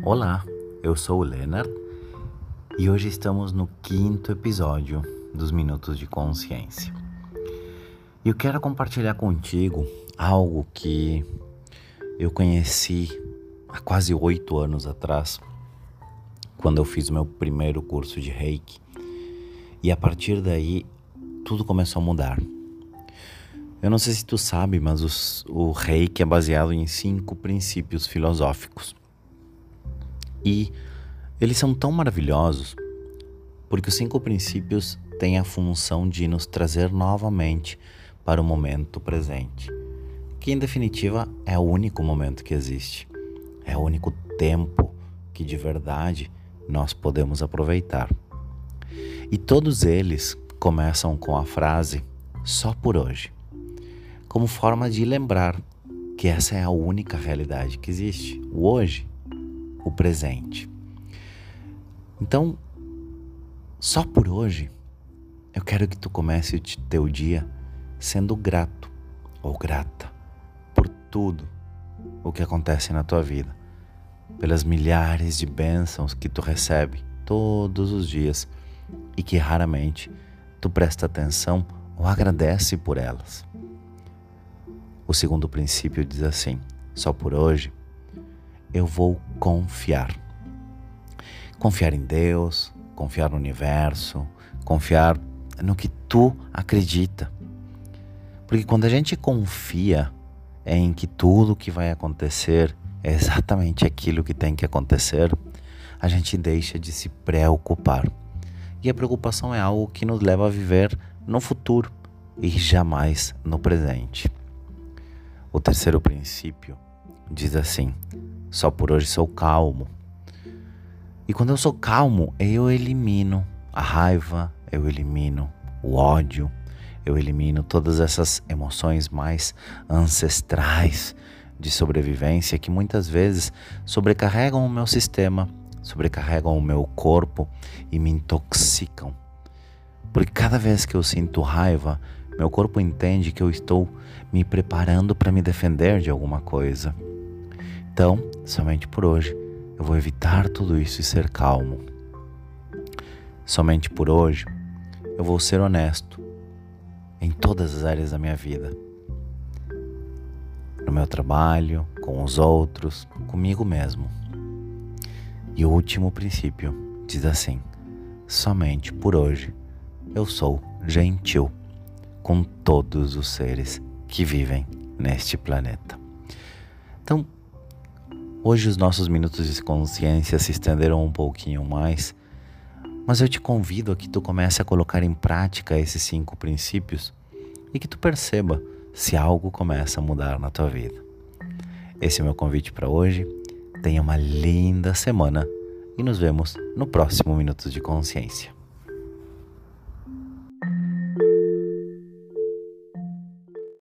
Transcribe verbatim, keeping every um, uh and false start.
Olá, eu sou o Leonard e hoje estamos no quinto episódio dos Minutos de Consciência. E eu quero compartilhar contigo algo que eu conheci há quase oito anos atrás, quando eu fiz o meu primeiro curso de Reiki. E a partir daí, tudo começou a mudar. Eu não sei se tu sabe, mas os, o Reiki é baseado em cinco princípios filosóficos. E eles são tão maravilhosos porque os cinco princípios têm a função de nos trazer novamente para o momento presente, que em definitiva é o único momento que existe, é o único tempo que de verdade nós podemos aproveitar. E todos eles começam com a frase "só por hoje", como forma de lembrar que essa é a única realidade que existe, o hoje, o presente. Então, só por hoje, eu quero que tu comece o teu dia sendo grato ou grata por tudo o que acontece na tua vida, pelas milhares de bênçãos que tu recebe todos os dias e que raramente tu presta atenção ou agradece por elas. O segundo princípio diz assim: só por hoje eu vou confiar. Confiar em Deus, confiar no universo, confiar no que tu acredita. Porque quando a gente confia em que tudo que vai acontecer é exatamente aquilo que tem que acontecer, a gente deixa de se preocupar. E a preocupação é algo que nos leva a viver no futuro e jamais no presente. O terceiro princípio diz assim: só por hoje sou calmo. E quando eu sou calmo, eu elimino a raiva, eu elimino o ódio, eu elimino todas essas emoções mais ancestrais de sobrevivência que muitas vezes sobrecarregam o meu sistema, sobrecarregam o meu corpo e me intoxicam. Porque cada vez que eu sinto raiva, meu corpo entende que eu estou me preparando para me defender de alguma coisa. Então, somente por hoje, eu vou evitar tudo isso e ser calmo. Somente por hoje, eu vou ser honesto em todas as áreas da minha vida. No meu trabalho, com os outros, comigo mesmo. E o último princípio diz assim: somente por hoje, eu sou gentil com todos os seres que vivem neste planeta. Então, hoje os nossos minutos de consciência se estenderam um pouquinho mais, mas eu te convido a que tu comece a colocar em prática esses cinco princípios e que tu perceba se algo começa a mudar na tua vida. Esse é o meu convite para hoje. Tenha uma linda semana e nos vemos no próximo Minutos de Consciência.